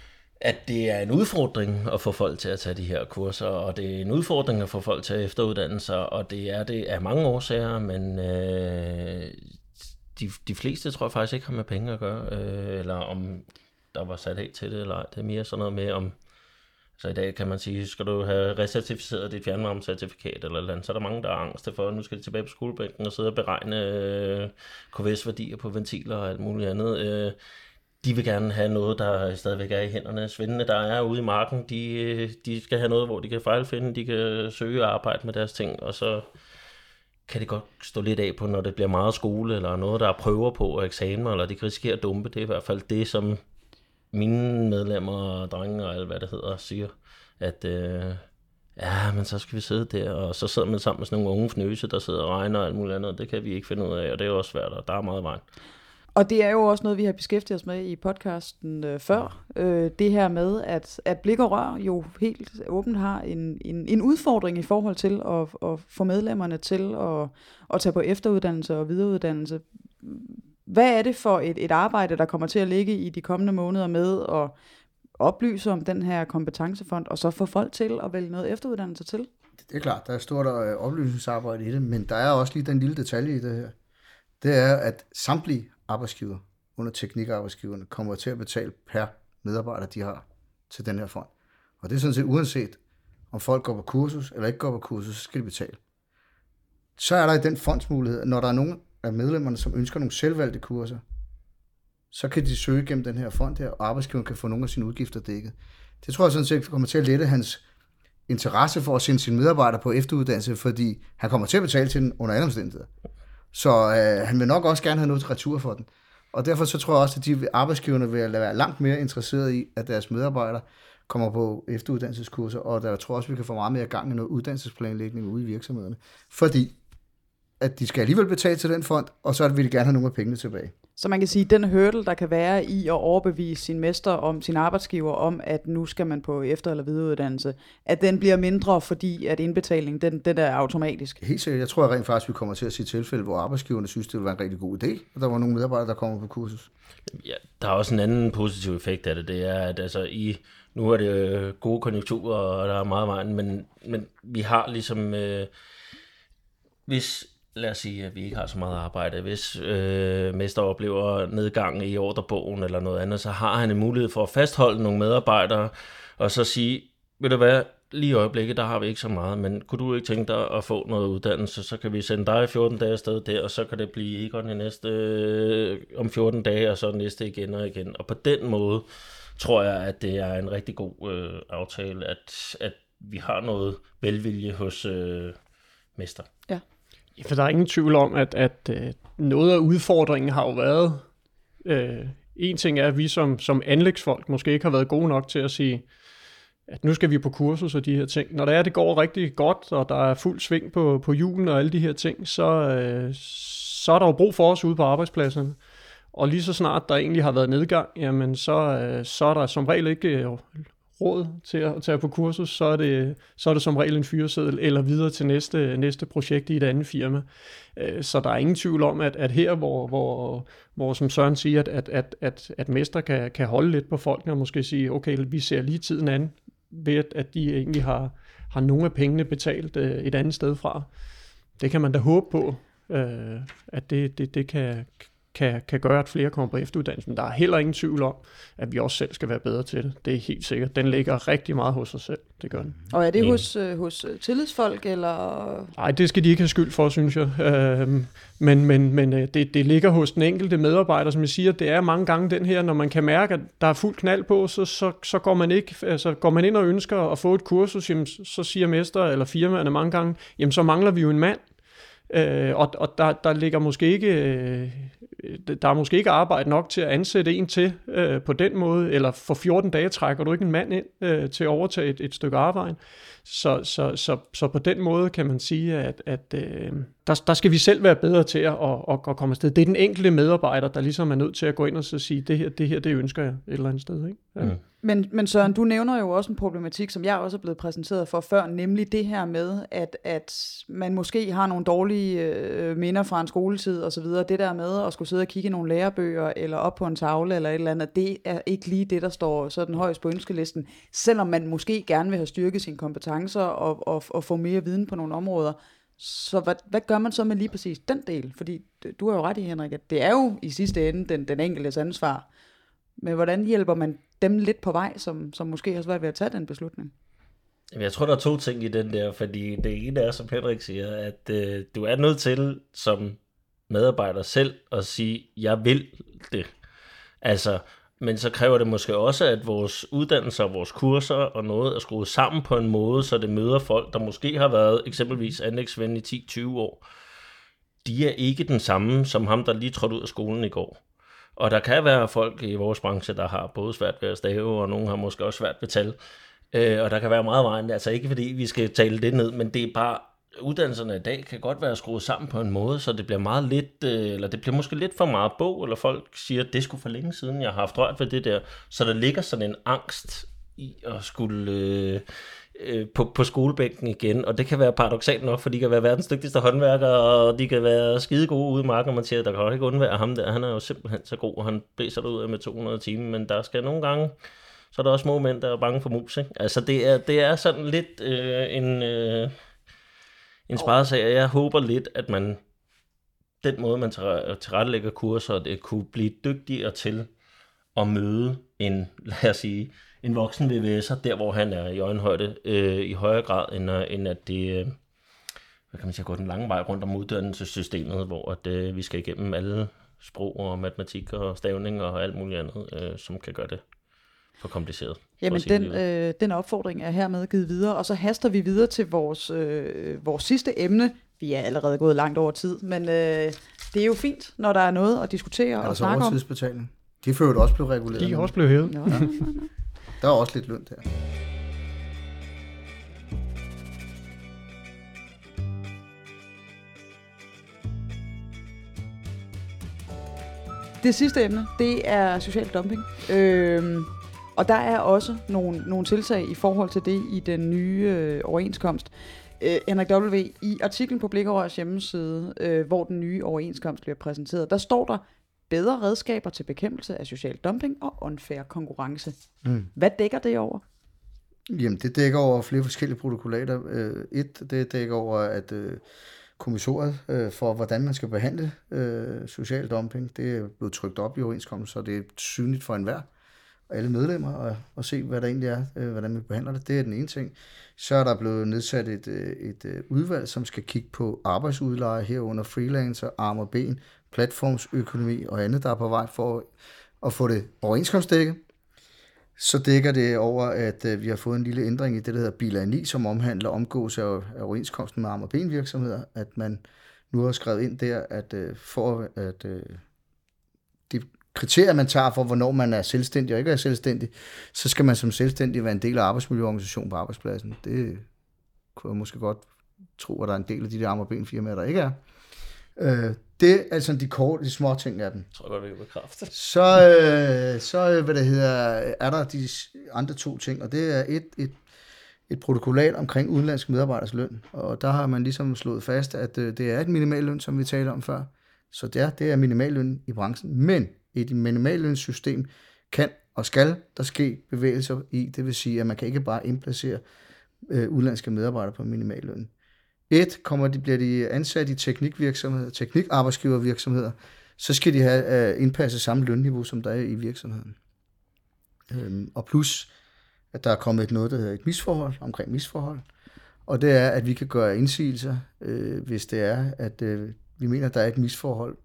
at det er en udfordring at få folk til at tage de her kurser, og det er en udfordring at få folk til at efteruddanne sig, og det er det af mange årsager, men øh, de, de fleste tror jeg faktisk ikke har med penge at gøre, øh, eller om der var sat af til det, eller ej. Det er mere sådan noget med om, så i dag kan man sige, skal du have recertificeret dit fjernvarmecertifikat eller eller andet, så er der mange, der er angst for, at nu skal de tilbage på skolebænken og sidde og beregne øh, K V S-værdier på ventiler og alt muligt andet. Øh, de vil gerne have noget, der stadigvæk er i hænderne. Svendene, der er ude i marken, de, de skal have noget, hvor de kan fejlfinde, de kan søge og arbejde med deres ting, og så kan det godt stå lidt af på, når det bliver meget skole, eller noget, der er prøver på, og eksamener, eller de kan risikere at dumpe. Det er i hvert fald det, som mine medlemmer, drenge og alt hvad det hedder, siger, at øh, ja, men så skal vi sidde der, og så sidder man sammen med sådan nogle unge fnøse, der sidder og regner og alt muligt andet. Det kan vi ikke finde ud af, og det er også svært, og der er meget vejen. Og det er jo også noget, vi har beskæftiget os med i podcasten øh, før. Øh, det her med, at, at Blik og Rør jo helt åbent har en, en, en udfordring i forhold til at, at få medlemmerne til at, at tage på efteruddannelse og videreuddannelse. Hvad er det for et, et arbejde, der kommer til at ligge i de kommende måneder med at oplyse om den her kompetencefond, og så få folk til at vælge noget efteruddannelse til? Det er klart, der er stort oplysningsarbejde i det, men der er også lige den lille detalje i det her. Det er, at samtlige arbejdsgiver under teknikarbejdsgiverne kommer til at betale per medarbejder, de har til den her fond. Og det er sådan set uanset, om folk går på kursus eller ikke går på kursus, så skal de betale. Så er der i den fondsmulighed, når der er nogen af medlemmerne, som ønsker nogle selvvalgte kurser, så kan de søge gennem den her fond her, og arbejdsgiveren kan få nogle af sine udgifter dækket. Det tror jeg sådan set kommer til at lette hans interesse for at sende sine medarbejdere på efteruddannelse, fordi han kommer til at betale til den under alle omstændigheder. Så øh, han vil nok også gerne have noget til retur for den. Og derfor så tror jeg også, at de arbejdsgiverne vil være langt mere interesserede i, at deres medarbejdere kommer på efteruddannelseskurser, og der tror også, at vi kan få meget mere gang i noget uddannelsesplanlægning ude i virksomhederne. Fordi at de skal alligevel betale til den fond, og så vil de gerne have nogle af pengene tilbage. Så man kan sige, at den hurdle, der kan være i at overbevise sin mester om, sin arbejdsgiver om, at nu skal man på efter- eller videreuddannelse, at den bliver mindre, fordi at indbetalingen, den, den er automatisk. Helt sikkert. Jeg tror rent faktisk, vi kommer til at se tilfælde, hvor arbejdsgiverne synes, det vil være en rigtig god idé, og der var nogle medarbejdere, der kommer på kursus. Ja, der er også en anden positiv effekt af det. Det er, at altså, i, nu er det gode konjunkturer, og der er meget vejen, men, men vi har ligesom, øh, hvis lad os sige, at vi ikke har så meget arbejde. Hvis øh, mester oplever nedgang i ordrebogen eller noget andet, så har han en mulighed for at fastholde nogle medarbejdere, og så sige, ved du hvad, lige i øjeblikket, der har vi ikke så meget, men kunne du ikke tænke dig at få noget uddannelse, så kan vi sende dig fjorten dage afsted der, og så kan det blive Egon i næste øh, om fjorten dage, og så næste igen og igen. Og på den måde tror jeg, at det er en rigtig god øh, aftale, at, at vi har noget velvilje hos øh, mester. Ja. Ja, for der er ingen tvivl om, at, at øh, noget af udfordringen har jo været, øh, en ting er, at vi som, som anlægsfolk måske ikke har været gode nok til at sige, at nu skal vi på kursus og de her ting. Når det er, det går rigtig godt, og der er fuld sving på, på julen og alle de her ting, så, øh, så er der jo brug for os ude på arbejdspladserne. Og lige så snart der egentlig har været nedgang, jamen så, øh, så er der som regel ikke øh, råd til at tage på kursus, så er det, så er det som regel en fyreseddel eller videre til næste, næste projekt i et andet firma. Så der er ingen tvivl om, at, at her, hvor, hvor, hvor som Søren siger, at, at, at, at, at mester kan, kan holde lidt på folkene og måske sige, okay, vi ser lige tiden an, ved at de egentlig har, har nogle af pengene betalt et andet sted fra. Det kan man da håbe på, at det, det, det kan Kan, kan gøre, at flere kommer på efteruddannelse. Men der er heller ingen tvivl om, at vi også selv skal være bedre til det. Det er helt sikkert. Den ligger rigtig meget hos os selv. Det gør den. Og er det hos, øh, hos tillidsfolk, eller? Nej, det skal de ikke have skyld for, synes jeg. Øhm, men men, men det, det ligger hos den enkelte medarbejder, som jeg siger. Det er mange gange den her, når man kan mærke, at der er fuld knald på, så, så, så går man ikke, altså går man ind og ønsker at få et kursus, jamen, så siger mester eller firmaerne mange gange, jamen så mangler vi jo en mand. Øh, og og der, der ligger måske ikke øh, der er måske ikke arbejde nok til at ansætte en til øh, på den måde, eller for fjorten dage trækker du ikke en mand ind øh, til at overtage et, et stykke arbejde. Så, så, så, så på den måde kan man sige, at, at øh, der, der skal vi selv være bedre til at, at, at komme afsted. Det er den enkelte medarbejder, der ligesom er nødt til at gå ind og så sige, det her, det her, det ønsker jeg et eller andet sted. Ikke? Ja. Mm. Men, men Søren, du nævner jo også en problematik, som jeg også er blevet præsenteret for før, nemlig det her med, at, at man måske har nogle dårlige øh, minder fra en skoletid og så videre. Det der med at skulle sidde og kigge i nogle lærebøger eller op på en tavle eller et eller andet, det er ikke lige det, der står sådan højst på ønskelisten. Selvom man måske gerne vil have styrket sine kompetencer og, og, og få mere viden på nogle områder. Så hvad, hvad gør man så med lige præcis den del? Fordi du har jo ret i, Henrik, at det er jo i sidste ende den, den enkeltes ansvar. Men hvordan hjælper man dem lidt på vej, som, som måske har svært ved at tage den beslutning? Jeg tror, der er to ting i den der, fordi det ene er, som Henrik siger, at øh, du er nødt til som medarbejder selv at sige, jeg vil det. Altså, men så kræver det måske også, at vores uddannelser, vores kurser og noget er skruet sammen på en måde, så det møder folk, der måske har været eksempelvis anlægsven i ti til tyve år. De er ikke den samme som ham, der lige trådte ud af skolen i går. Og der kan være folk i vores branche, der har både svært ved at stave, og nogle har måske også svært ved tal. Øh, og der kan være meget vejen. Altså ikke fordi vi skal tale det ned, men det er bare, uddannelserne i dag kan godt være skruet sammen på en måde, så det bliver meget lidt, øh, eller det bliver måske lidt for meget bog, eller folk siger, det skulle for længe siden, jeg har haft rørt ved det der. Så der ligger sådan en angst i at skulle øh, øh, på, på skolebænken igen, og det kan være paradoksalt nok, for de kan være verdens dygtigste håndværkere, og de kan være skide gode ude i marken, og man siger, der kan jo ikke undvære ham der, han er jo simpelthen så god, og han blæser derud af med to hundrede timer, men der skal nogle gange, så er der også små mænd, der er bange for mus, ikke? Altså det er, det er sådan lidt øh, en, øh, en sparesag, og jeg håber lidt, at man, den måde man tilrettelægger kurser, det kunne blive dygtigere til at møde en, lad os sige, en voksen V V S'er, der hvor han er i øjenhøjde, øh, i højere grad, end, end at det, øh, hvad kan man sige, går den lange vej rundt om uddannelsessystemet, hvor at, øh, vi skal igennem alle sprog og matematik og stavning og alt muligt andet, øh, som kan gøre det for kompliceret. Jamen den, øh, den opfordring er hermed givet videre, og så haster vi videre til vores, øh, vores sidste emne. Vi er allerede gået langt over tid, men øh, det er jo fint, når der er noget at diskutere og snakke om. Altså overtidsbetaling. De får jo også blevet reguleret. De kan også blive hævet. Ja, ja, ja. Der er også lidt løn der. Det sidste emne, det er social dumping. Øhm, og der er også nogle, nogle tiltag i forhold til det i den nye øh, overenskomst. Øh, Henrik W., i artiklen på Blikkerørs hjemmeside, øh, hvor den nye overenskomst bliver præsenteret, der står der bedre redskaber til bekæmpelse af social dumping og unfair konkurrence. Mm. Hvad dækker det over? Jamen, det dækker over flere forskellige protokollater. Et, det dækker over, at øh, kommissoriet øh, for, hvordan man skal behandle øh, social dumping, det er blevet trykt op i overenskomsten, så det er synligt for enhver, alle medlemmer, og, og se, hvad der egentlig er, øh, hvordan vi behandler det. Det er den ene ting. Så er der blevet nedsat et, et, et udvalg, som skal kigge på arbejdsudleje herunder freelancer, arm og ben, platformsøkonomi og andet, der er på vej for at få det overenskomstdækket. Så dækker det over, at øh, vi har fået en lille ændring i det, der hedder bilag ni, som omhandler omgåelse af, af overenskomsten med arm- og benvirksomheder, at man nu har skrevet ind der, at øh, for at øh, de kriterier, man tager for, hvornår man er selvstændig og ikke er selvstændig, så skal man som selvstændig være en del af arbejdsmiljøorganisationen på arbejdspladsen. Det kunne jeg måske godt tro, at der er en del af de der arm- og benfirmaer, der ikke er. Øh, det er altså de korte, de små ting af dem. Jeg tror godt, vi kan bekræfte. Så, øh, så hvad det hedder, er der de andre to ting, og det er et, et, et protokollat omkring udenlandske medarbejderes løn, og der har man ligesom slået fast, at øh, det er et minimalløn, som vi talte om før, så det er, det er minimalløn i branchen, men i et minimallønssystem kan og skal der ske bevægelser i, det vil sige, at man kan ikke bare indplacere øh, udenlandske medarbejdere på minimalløn. Et, kommer de, bliver de ansat i teknikvirksomheder, teknikarbejdsgivervirksomheder, så skal de have uh, indpasset samme lønniveau, som der er i virksomheden. Øhm, og plus, at der er kommet noget, der hedder et misforhold, omkring misforhold, og det er, at vi kan gøre indsigelser, øh, hvis det er, at øh, vi mener, at der er et misforhold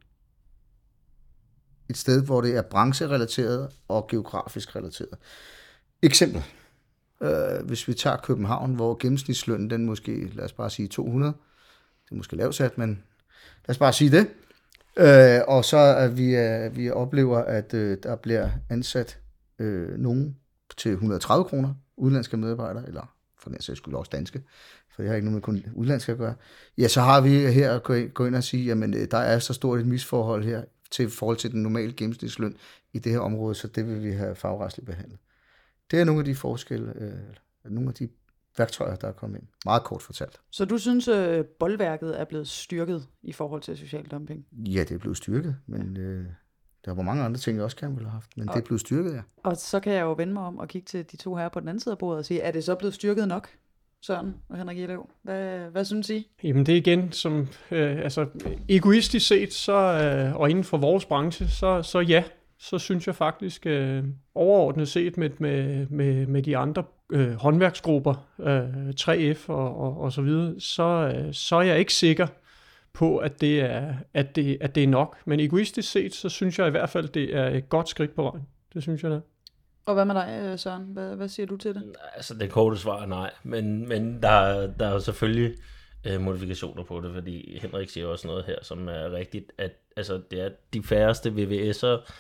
et sted, hvor det er brancherelateret og geografisk relateret. Eksempel. Uh, hvis vi tager København, hvor gennemsnitslønnen, den måske, lad os bare sige to hundrede, det er måske lavt sat, men lad os bare sige det. Uh, og så at vi, uh, vi oplever, at uh, der bliver ansat uh, nogen til et hundrede og tredive kroner, udenlandske medarbejdere, eller for den sags skyld også danske, for det har ikke noget med kun udenlandske at gøre. Ja, så har vi her at gå ind og sige, jamen der er så stort et misforhold her til forhold til den normale gennemsnitsløn i det her område, så det vil vi have fagretsligt behandlet. Det er nogle af de forskelle, øh, nogle af de værktøjer, der er kommet ind. Meget kort fortalt. Så du synes, at boldværket er blevet styrket i forhold til social dumping? Ja, det er blevet styrket, men øh, der var mange andre ting, jeg også gerne ville have haft, men og, det er blevet styrket, ja. Og så kan jeg jo vende mig om og kigge til de to her på den anden side af bordet og sige, er det så blevet styrket nok, Søren og Henrik Gjellev? Hvad, hvad synes I? Jamen det er igen, som øh, altså egoistisk set, så, øh, og inden for vores branche, så, så ja, så synes jeg faktisk øh, overordnet set med, med, med, med de andre øh, håndværksgrupper, øh, tre F og, og, og så videre, så, øh, så er jeg ikke sikker på, at det, er, at, det, at det er nok. Men egoistisk set, så synes jeg i hvert fald, det er et godt skridt på vejen. Det synes jeg da. Og hvad med dig, Søren? Hvad, hvad siger du til det? Altså, det korte svar er nej, men, men der, der er jo selvfølgelig øh, modifikationer på det, fordi Henrik siger også noget her, som er rigtigt, at altså, det er de færreste V V S'er,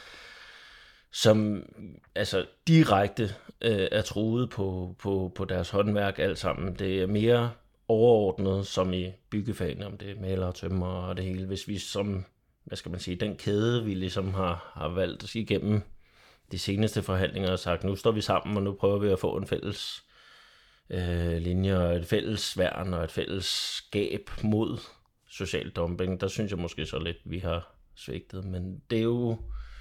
som altså, direkte øh, er truet på, på, på deres håndværk alt sammen. Det er mere overordnet, som i byggefagene, om det er maler, tømmer og det hele. Hvis vi som, hvad skal man sige, den kæde, vi ligesom har, har valgt at sige igennem de seneste forhandlinger og sagt, nu står vi sammen, og nu prøver vi at få en fælles øh, linje, og et fælles værn og et fællesskab mod social dumping. Der synes jeg måske så lidt, vi har svigtet, men det er jo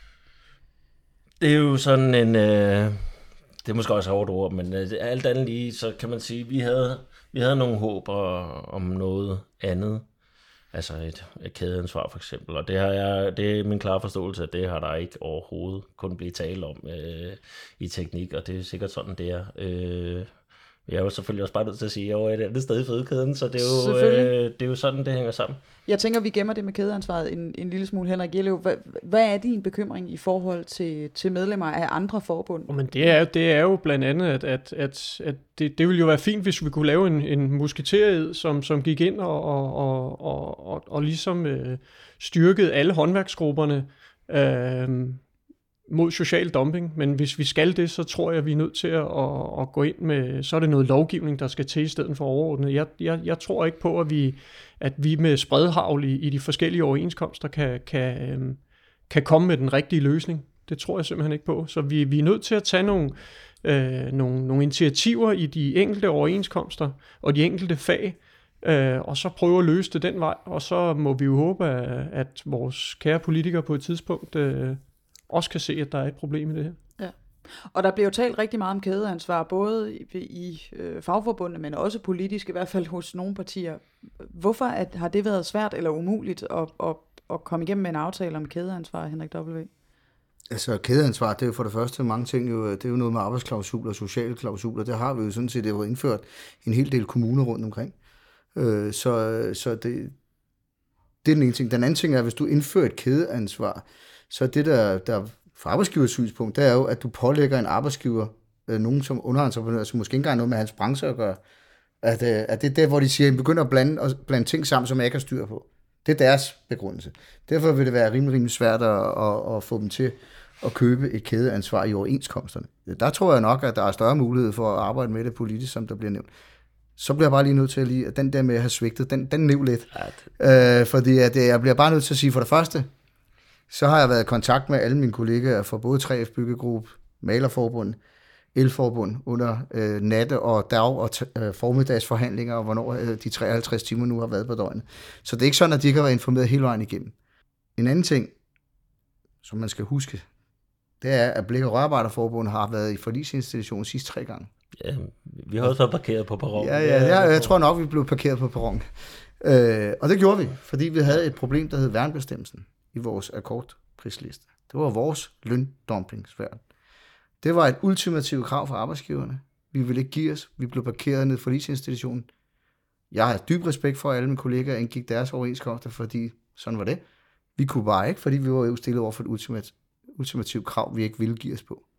det er jo sådan en, øh, det er måske også hårdt ord, men øh, alt andet lige, så kan man sige, vi havde, vi havde nogle håber om noget andet. Altså et, et kædeansvar for eksempel, og det, har jeg, det er min klare forståelse, at det har der ikke overhovedet kun blive tale om øh, i teknik, og det er sikkert sådan, det er. Øh, jeg er jo selvfølgelig også bare nødt til at sige, at jeg er et andet sted i fødekæden, så det er, jo, øh, det er jo sådan, det hænger sammen. Jeg tænker, vi gemmer det med kædeansvaret en, en lille smule. Henrik Gjellev, hvad, hvad er din bekymring i forhold til, til medlemmer af andre forbund? Men det er, det er jo blandt andet, at, at, at, at det, det ville jo være fint, hvis vi kunne lave en, en musketered, som, som gik ind og, og, og, og, og, og ligesom øh, styrkede alle håndværksgrupperne øh, mod social dumping. Men hvis vi skal det, så tror jeg, vi er nødt til at, at, at gå ind med, så er det noget lovgivning, der skal til i stedet for overordnet. Jeg, jeg, jeg tror ikke på, at vi, at vi med spredhavl i, i de forskellige overenskomster kan, kan, øh, kan komme med den rigtige løsning. Det tror jeg simpelthen ikke på. Så vi, vi er nødt til at tage nogle, øh, nogle, nogle initiativer i de enkelte overenskomster og de enkelte fag, øh, og så prøve at løse det den vej. Og så må vi jo håbe, at, at vores kære politikere på et tidspunkt øh, også kan se, at der er et problem i det her. Ja. Og der bliver jo talt rigtig meget om kædeansvar, både i, i øh, fagforbundet, men også politisk, i hvert fald hos nogle partier. Hvorfor at, har det været svært eller umuligt at, at, at komme igennem med en aftale om kædeansvar, Henrik W.? Altså kædeansvar, det er jo for det første mange ting, jo, det er jo noget med arbejdsklausuler og sociale klausuler, det har vi jo sådan set, det har været indført en hel del kommuner rundt omkring. Øh, så så det, det er den ene ting. Den anden ting er, at hvis du indfører et kædeansvar, så det der, der fra arbejdsgivers synspunkt, det er jo, at du pålægger en arbejdsgiver, øh, nogen som underentreprenør, som måske ikke engang noget med hans branche at gøre, at, øh, at det er der, hvor de siger, at de begynder at blande, og blande ting sammen, som jeg ikke har styr på. Det er deres begrundelse. Derfor vil det være rimelig, rimelig svært at, at, at få dem til at købe et kædeansvar i overenskomsterne. Der tror jeg nok, at der er større mulighed for at arbejde med det politisk, som der bliver nævnt. Så bliver jeg bare lige nødt til at lige, at den der med at have svigtet, den, den næv lidt. Øh, fordi at jeg bliver bare nødt til at sige, for det første, så har jeg været i kontakt med alle mine kollegaer fra både tre F Byggegruppe, Malerforbund, Elforbund under øh, natte- og dag- og t- øh, formiddagsforhandlinger, og hvornår øh, de treoghalvtreds timer nu har været på døgnet. Så det er ikke sådan, at de ikke har været informeret hele vejen igennem. En anden ting, som man skal huske, det er, at Blik- og Rørarbejderforbundet har været i forligsinstitutionen sidst tre gange. Ja, vi har også været parkeret på perronen. Ja, ja, ja, jeg tror nok, vi blev parkeret på perronen. Øh, og det gjorde vi, fordi vi havde et problem, der hed værnbestemmelsen i vores akkordprisliste. Det var vores løndumpingsværn. Det var et ultimativt krav fra arbejdsgiverne. Vi ville ikke give os. Vi blev parkeret ned for forligsinstitutionen. Jeg har dyb respekt for, at alle mine kollegaer indgik deres overenskomster, fordi sådan var det. Vi kunne bare ikke, fordi vi var jo stillet over for et ultimat, ultimativt krav, vi ikke ville give os på.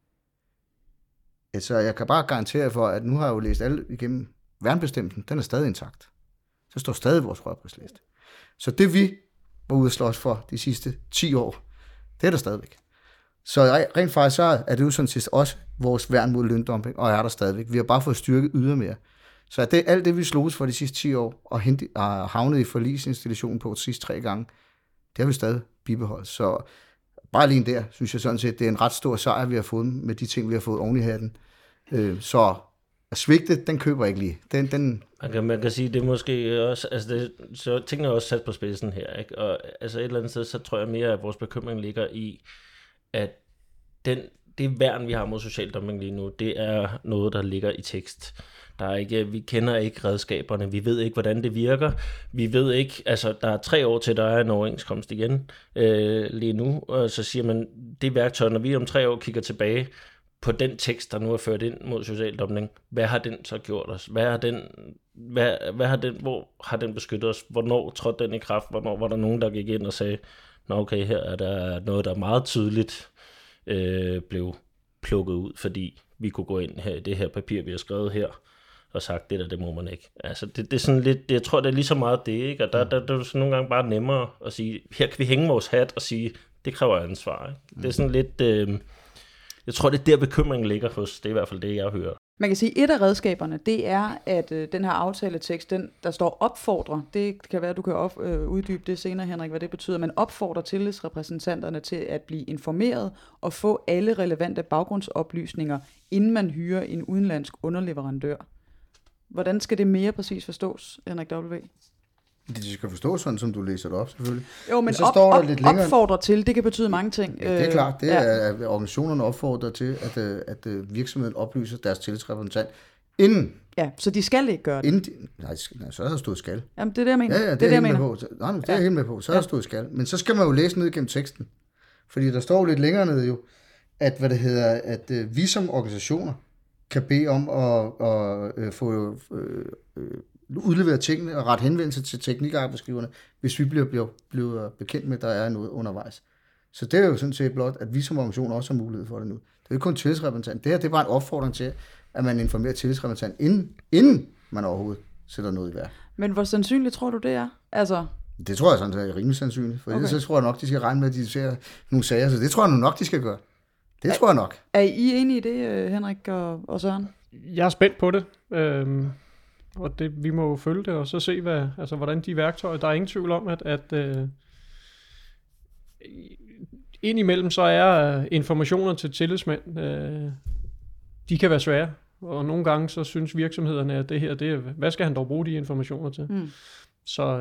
Så jeg kan bare garantere for, at nu har jeg jo læst alle igennem værnbestemmelsen. Den er stadig intakt. Så står stadig vores rørprisliste. Så det vi var ude at slås for de sidste ti år, det er der stadigvæk. Så rent faktisk så er det jo sådan set også vores værn mod løndumping, og er der stadigvæk. Vi har bare fået styrket ydermere. Så det, alt det, vi slogs for de sidste ti år, og havnet i forligsinstitutionen på de sidste tre gange, det har vi stadig bibeholdt. Så bare lige der, synes jeg sådan set, det er en ret stor sejr, vi har fået med de ting, vi har fået oven i hatten. Øh, så at svigte, den køber jeg ikke lige. Den, den... Man, kan, man kan sige, det er måske også, altså det, så tingene er også sat på spidsen her, ikke? Og altså et eller andet sted, så tror jeg mere, at vores bekymring ligger i, at den, det værn, vi har mod social dumping lige nu, det er noget, der ligger i tekst. Der er ikke, vi kender ikke redskaberne, vi ved ikke, hvordan det virker. Vi ved ikke, altså der er tre år til, der er en overenskomst igen øh, lige nu, og så siger man, det værktøj, når vi om tre år kigger tilbage på den tekst, der nu er ført ind mod social dumping, hvad har den så gjort os? Hvad har den, hvad, hvad har den, hvor har den beskyttet os? Hvornår trådte den i kraft? Hvornår var der nogen, der gik ind og sagde, nå okay, her er der noget, der meget tydeligt øh, blev plukket ud, fordi vi kunne gå ind her i det her papir, vi har skrevet her, og sagt, det der, det må man ikke. Altså, det, det er sådan lidt, det, jeg tror, det er lige så meget det, ikke? Og der, der, der er det sådan nogle gange bare nemmere at sige, her kan vi hænge vores hat og sige, det kræver ansvar, ikke? Det er sådan lidt, øh, jeg tror, det er der bekymringen ligger hos, det er i hvert fald det, jeg hører. Man kan sige, at et af redskaberne, det er, at øh, den her aftaletekst, den, der står opfordrer, det kan være, at du kan op, øh, uddybe det senere, Henrik, hvad det betyder, man opfordrer tillidsrepræsentanterne til at blive informeret og få alle relevante baggrundsoplysninger, inden man hyrer en udenlandsk underleverandør. Hvordan skal det mere præcis forstås, Henrik W.? Det skal forstås sådan, som du læser det op, selvfølgelig. Jo, men, men så op, står der op, lidt længere... opfordrer til, det kan betyde mange ting. Ja, det er klart. Det ja. er, at organisationerne opfordrer til, at, at virksomheden oplyser deres tillidsrepræsentant inden. Ja, så de skal ikke gøre det. Inden de, nej, så er der stået skal. Jamen, det er det, jeg mener. Ja, ja, det, det er er det, jeg helt mener. med på. Nej, det er ja. jeg helt med på. Så er der ja. stået skal. Men så skal man jo læse ned gennem teksten. Fordi der står lidt længere ned jo, at, hvad det hedder, at uh, vi som organisationer kan bede om at, at, at få øh, øh, udleveret tingene og ret henvendelse til teknikarbejdsgiverne, hvis vi bliver, bliver, bliver bekendt med, at der er noget undervejs. Så det er jo sådan set blot, at vi som organisation også har mulighed for det nu. Det er ikke kun tillidsrepræsentant. Det her det er bare en opfordring til, at man informerer tillidsrepræsentant, inden, inden man overhovedet sætter noget i værk. Men hvor sandsynligt tror du, det er? Altså... Det tror jeg sådan, det er rimelig sandsynligt. For okay. det, så tror jeg nok, de skal regne med, at de ser nogle sager. Så det tror jeg nu nok, de skal gøre. Det er, tror jeg nok. Er I enige i det, Henrik og, og Søren? Jeg er spændt på det. Øhm, og det, vi må jo følge det, og så se, hvad, altså, hvordan de værktøjer... Der er ingen tvivl om, at... at øh, indimellem så er informationer til tillidsmænd, øh, de kan være svære. Og nogle gange så synes virksomhederne, at det her, det er, hvad skal han dog bruge de informationer til? Mm. Så...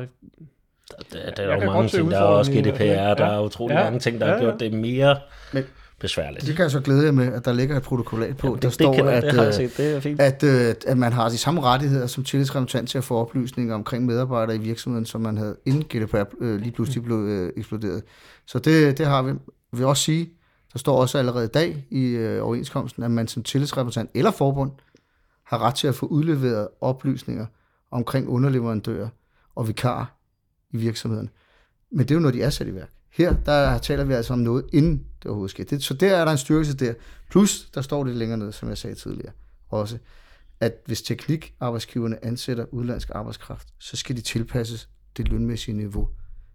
Der, der er jo mange ting, der er også G D P R, ja, der er utrolig ja, mange ting, der ja, har gjort det mere men, besværligt. Det kan jeg så glæde jer med, at der ligger et protokollat på, ja, det, der det står, det at, det set, det er fint. At, at, at man har de samme rettigheder som tillidsrepræsentant til at få oplysninger omkring medarbejdere i virksomheden, som man havde inden G D P R øh, lige pludselig blev øh, eksploderet. Så det, det har vi. Jeg vil også sige, der står også allerede i dag i øh, overenskomsten, at man som tillidsrepræsentant eller forbund har ret til at få udleveret oplysninger omkring underleverandører og vikarer i virksomheden. Men det er jo, når de er sat i værk. Her, der taler vi altså om noget, inden det overhovedet sker. Det, så der er der en styrkelse der. Plus, der står det længere ned, som jeg sagde tidligere, også, at hvis teknikarbejdsgiverne ansætter udenlandsk arbejdskraft, så skal de tilpasses det lønmæssige niveau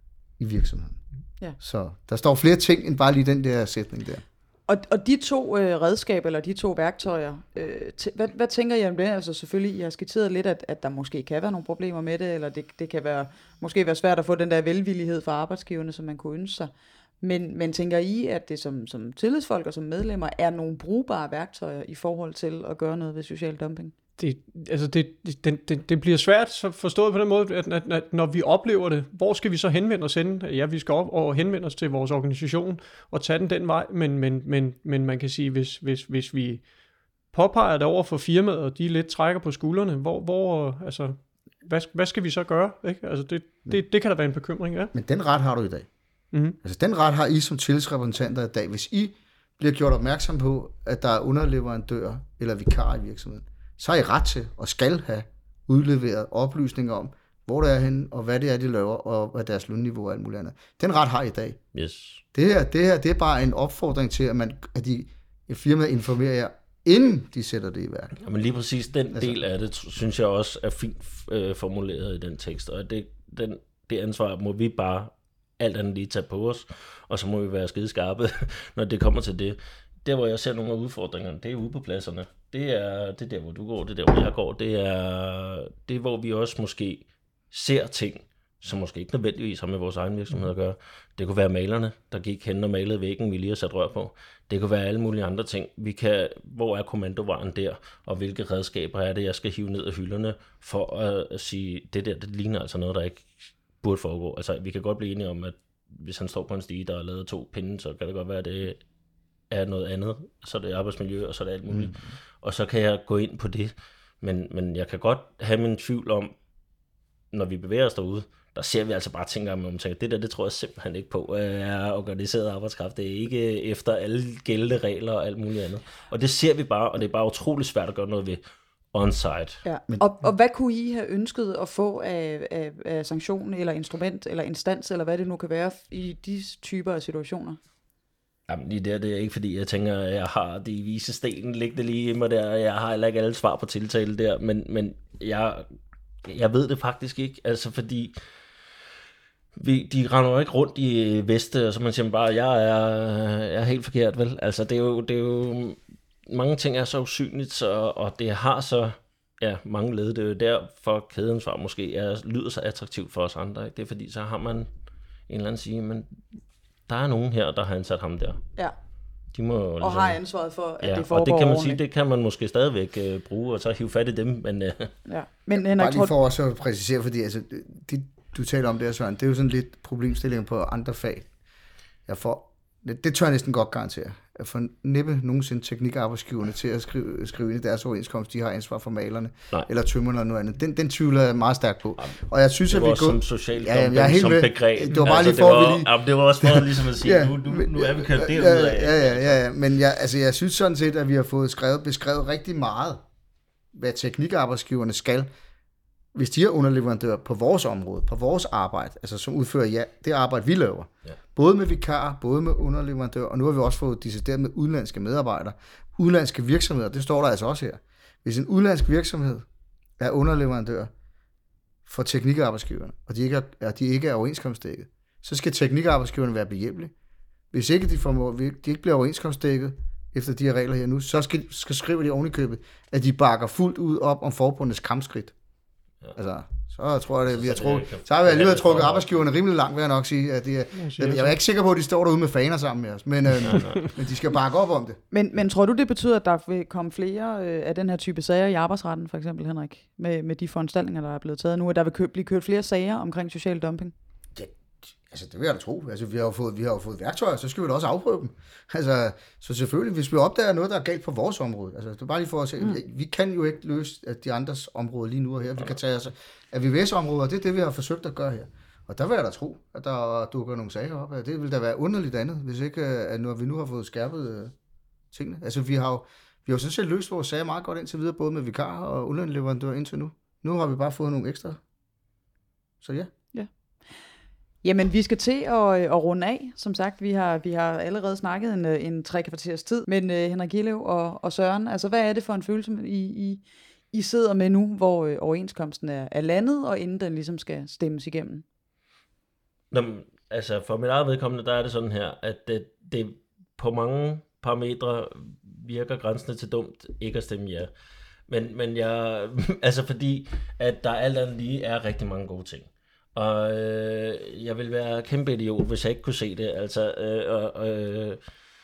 i virksomheden. Ja. Så der står flere ting, end bare lige den der sætning der. Og, og de to øh, redskaber, eller de to værktøjer, øh, t- hvad, hvad tænker I om det? Altså selvfølgelig, I har skitseret lidt, at, at der måske kan være nogle problemer med det, eller det, det kan være, måske være svært at få den der velvillighed fra arbejdsgiverne, som man kunne ønske sig. Men, men tænker I, at det som, som tillidsfolk og som medlemmer er nogle brugbare værktøjer i forhold til at gøre noget ved social dumping? Det, altså det, det, det, det bliver svært så forstået på den måde, at, at, at når vi oplever det, hvor skal vi så henvende os hen? Ja, vi skal op og henvende os til vores organisation og tage den den vej, men, men, men, men man kan sige, hvis, hvis, hvis vi påpeger det over for firmaet, og de lidt trækker på skuldrene, hvor, hvor altså, hvad, hvad skal vi så gøre? Ikke? Altså det, det, det kan da være en bekymring, ja. Men den ret har du i dag. Mm-hmm. Altså den ret har I som tillidsrepræsentanter i dag. Hvis I bliver gjort opmærksom på, at der er underleverandører eller vikarer i virksomheden, så har I ret til og skal have udleveret oplysninger om, hvor det er henne, og hvad det er, de laver, og hvad deres lønniveau er og alt muligt andet. Den ret har I i dag. Yes. Det her, det her, det er bare en opfordring til, at, man, at de firmaet informerer jer, inden de sætter det i værk. Ja, men lige præcis den altså, del af det, synes jeg også er fint øh, formuleret i den tekst, og det, den, det ansvar må vi bare alt andet lige tage på os, og så må vi være skide skarpe, når det kommer til det. Der, hvor jeg ser nogle af udfordringerne, det er ude på pladserne. Det er, det er der, hvor du går, det er der, hvor jeg går. Det er, det er, hvor vi også måske ser ting, som måske ikke nødvendigvis har med vores egen virksomhed at gøre. Det kunne være malerne, der gik hen og malede væggen, vi lige har sat rør på. Det kunne være alle mulige andre ting. Vi kan, hvor er kommandovejen der, og hvilke redskaber er det, jeg skal hive ned af hylderne, for at sige, det der, det ligner altså noget, der ikke burde foregå. Altså, vi kan godt blive enige om, at hvis han står på en stige, der er lavet to pinde, så kan det godt være, at det er noget andet. Så er det arbejdsmiljø, og så er det alt muligt. Mm. Og så kan jeg gå ind på det. Men, men jeg kan godt have min tvivl om, når vi bevæger os derude, der ser vi altså bare ting om, man tænker, det der, det tror jeg simpelthen ikke på, er organiseret arbejdskraft. Det er ikke efter alle gældende regler og alt muligt andet. Og det ser vi bare, og det er bare utrolig svært at gøre noget ved on-site. Ja. Og, og hvad kunne I have ønsket at få af, af, af sanktion, eller instrument, eller instans, eller hvad det nu kan være i de typer af situationer? Jamen lige der, det er ikke fordi, jeg tænker, at jeg har de vise sten liggende lige i mig der, jeg har heller ikke alle svar på tiltale der, men, men jeg, jeg ved det faktisk ikke, altså fordi vi, de render jo ikke rundt i veste, og så man siger bare, jeg er, jeg er helt forkert, vel? Altså det er jo, det er jo mange ting er så usynligt, så, og det har så ja, mange led, det er jo derfor kædeansvar måske er, lyder så attraktivt for os andre, ikke? Det er fordi, så har man en eller anden sige, men der er nogen her, der har ansat ham der. Ja. De må jo, og ligesom, har ansvaret for, at ja, det foregår og det kan man ordentligt. sige, det kan man måske stadigvæk uh, bruge, og så hive fat i dem, men... Uh, ja. Men Henrik, bare lige for også at præcisere, fordi altså, det, du taler om det, Søren, det er jo sådan lidt problemstillinger på andre fag. Jeg får, det, det tør jeg næsten godt garantere. Jeg får næppe nogensinde teknikarbejdsgiverne til at skrive, skrive ind i deres overenskomst, de har ansvar for malerne, Nej. eller tømmerne eller noget andet. Den, den tvivler jeg meget stærkt på. Og jeg synes, det at vi går går... som social ja, jeg er helt som med. begreb. Det var bare altså, lige for, det var, vi lige... jamen, det var også for ligesom at sige, ja, nu, nu, nu er vi kørt ja, derud af. Ja, ja, ja, ja. Men jeg, altså, jeg synes sådan set, at vi har fået skrevet, beskrevet rigtig meget, hvad teknikarbejdsgiverne skal, hvis de er underleverandør på vores område, på vores arbejde, altså som udfører ja, det arbejde, vi laver. Ja. Både med vikarer, både med underleverandør, og nu har vi også fået decideret med udenlandske medarbejdere. Udenlandske virksomheder, det står der altså også her. Hvis en udenlandsk virksomhed er underleverandør for teknikarbejdsgiverne, og de ikke er, de ikke er overenskomstdækket, så skal teknikarbejdsgiverne være behjælpelige. Hvis ikke de, formår, de ikke bliver overenskomstdækket efter de her regler her nu, så skal, skal skrive de oven i købet, at de bakker fuldt ud op om forbundets kampskridt. Ja. Altså, så tror jeg, det, vi har trukket, så har vi alligevel trukket arbejdsgiverne rimelig langt, vil jeg nok sige. At de, jeg, jeg er ikke sikker på, at de står derude med faner sammen med os, men, øh, men de skal bakke op om det. Men, men tror du, det betyder, at der vil komme flere øh, af den her type sager i arbejdsretten, for eksempel, Henrik, med, med de foranstaltninger, der er blevet taget nu, at der vil kø- blive kørt flere sager omkring social dumping? Ja, altså det vil jeg da tro. Altså, vi har jo fået, vi har jo fået værktøjer, så skal vi da også afprøve dem. Altså, så selvfølgelig, hvis vi opdager noget, der er galt på vores område, altså det er bare lige for at se, mm. vi kan jo ikke løse at de andres områder lige nu og her. Vi kan tage os af V V S-områder, det er det, vi har forsøgt at gøre her. Og der vil jeg da tro, at der dukker nogle sager op. Det vil da være underligt andet, hvis ikke, at når vi nu har fået skærpet uh, tingene. Altså, vi har jo, vi har jo sådan set løst vores sager meget godt indtil videre, både med vikarer og underleverandører indtil nu. Nu har vi bare fået nogle ekstra. Så ja. Ja. Jamen, vi skal til at, at runde af. Som sagt, vi har, vi har allerede snakket en, en tre kvarters tid. Men uh, Henrik Gillev og, og Søren, altså hvad er det for en følelse, I, I, I sidder med nu, hvor uh, overenskomsten er, er landet, og inden den ligesom skal stemmes igennem? Nå, altså for mit eget vedkommende, der er det sådan her, at det, det på mange parametre virker grænsende til dumt ikke at stemme ja. Men, men jeg, altså fordi, at der alt andet lige er rigtig mange gode ting. Og øh, jeg vil være kæmpe idiot, hvis jeg ikke kunne se det. Altså, øh, øh,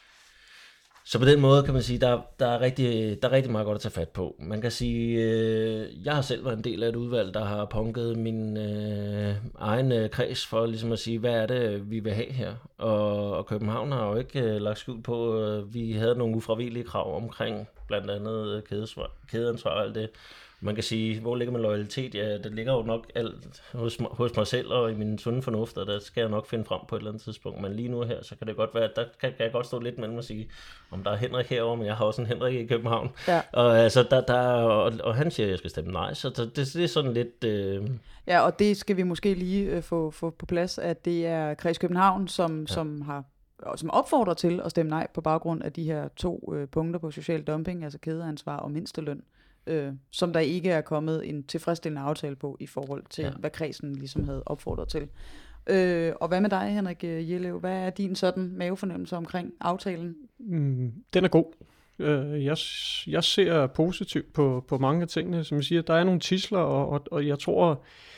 så på den måde kan man sige, der, der, er rigtig, der er rigtig meget godt at tage fat på. Man kan sige, øh, jeg har selv været en del af et udvalg, der har punket min øh, egen øh, kreds for ligesom at sige, hvad er det, vi vil have her. Og, og København har jo ikke øh, lagt skjul på, øh, vi havde nogle ufravigelige krav omkring blandt andet kædesvar, kædeansvar og alt det. Man kan sige, hvor ligger man loyalitet? Ja, det ligger jo nok alt hos, hos mig selv og i min sunde fornuft, og der skal jeg nok finde frem på et eller andet tidspunkt. Men lige nu her, så kan det godt være, at der kan, kan jeg godt stå lidt mellem og sige, om der er Henrik herovre, men jeg har også en Henrik i København. Ja. Og, altså, der, der, og, og han siger, at jeg skal stemme nej, så det, det er sådan lidt... Øh... Ja, og det skal vi måske lige øh, få, få på plads, at det er Kreds København, som, ja. som har... som opfordrer til at stemme nej på baggrund af de her to øh, punkter på social dumping, altså kædeansvar og mindsteløn, øh, som der ikke er kommet en tilfredsstillende aftale på i forhold til, ja. hvad kredsen ligesom havde opfordret til. Øh, og hvad med dig, Henrik Gillev? Hvad er din sådan mavefornemmelse omkring aftalen? Mm, den er god. Øh, jeg, jeg ser positivt på, på mange af tingene. Som jeg siger, der er nogle tidsler, og, og, og jeg tror...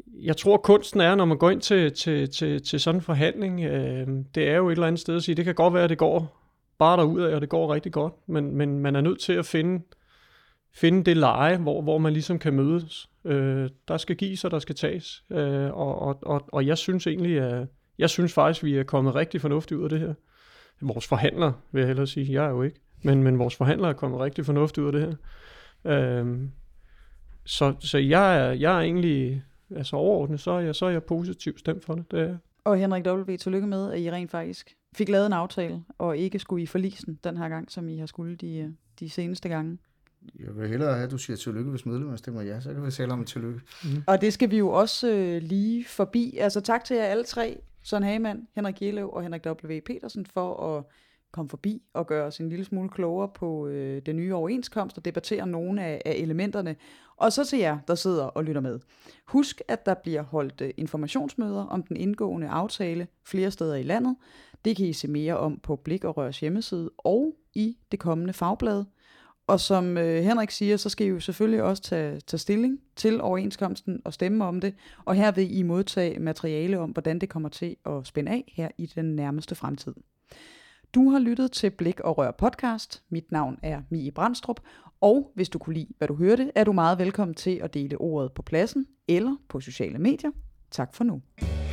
jeg tror, kunsten er, når man går ind til, til, til, til sådan en forhandling, øh, det er jo et eller andet sted at sige, det kan godt være, at det går bare derudad, og det går rigtig godt, men, men man er nødt til at finde, finde det leje, hvor, hvor man ligesom kan mødes. Øh, der skal gives, og der skal tages, øh, og, og, og, og jeg synes egentlig, at jeg synes faktisk, vi er kommet rigtig fornuftigt ud af det her. Vores forhandlere, vil jeg hellere sige, jeg er jo ikke, men, men vores forhandlere er kommet rigtig fornuftigt ud af det her. Øh, så, så jeg er, jeg er egentlig, altså overordnet, så er jeg, så er jeg positivt stemt for det. Det er. Og Henrik W., tillykke med, at I rent faktisk fik lavet en aftale, og ikke skulle i forlisen den her gang, som I har skulle de, de seneste gange. Jeg vil hellere have, at du siger tillykke, hvis medlemmer stemmer ja, så kan vi tale om et tillykke. Mm. Og det skal vi jo også øh, lige forbi. Altså tak til jer alle tre, Søren Hagemann, Henrik Jeløv og Henrik W. Petersen, for at komme forbi og gøre os en lille smule klogere på øh, den nye overenskomst og debattere nogle af, af elementerne. Og så til jer, der sidder og lytter med. Husk, at der bliver holdt øh, informationsmøder om den indgående aftale flere steder i landet. Det kan I se mere om på Blik og Rørs hjemmeside og i det kommende fagblad. Og som øh, Henrik siger, så skal I jo selvfølgelig også tage, tage stilling til overenskomsten og stemme om det. Og her vil I modtage materiale om, hvordan det kommer til at spænde af her i den nærmeste fremtid. Du har lyttet til Blik og Rør podcast. Mit navn er Mie Brandstrup. Og hvis du kunne lide, hvad du hørte, er du meget velkommen til at dele ordet på pladsen eller på sociale medier. Tak for nu.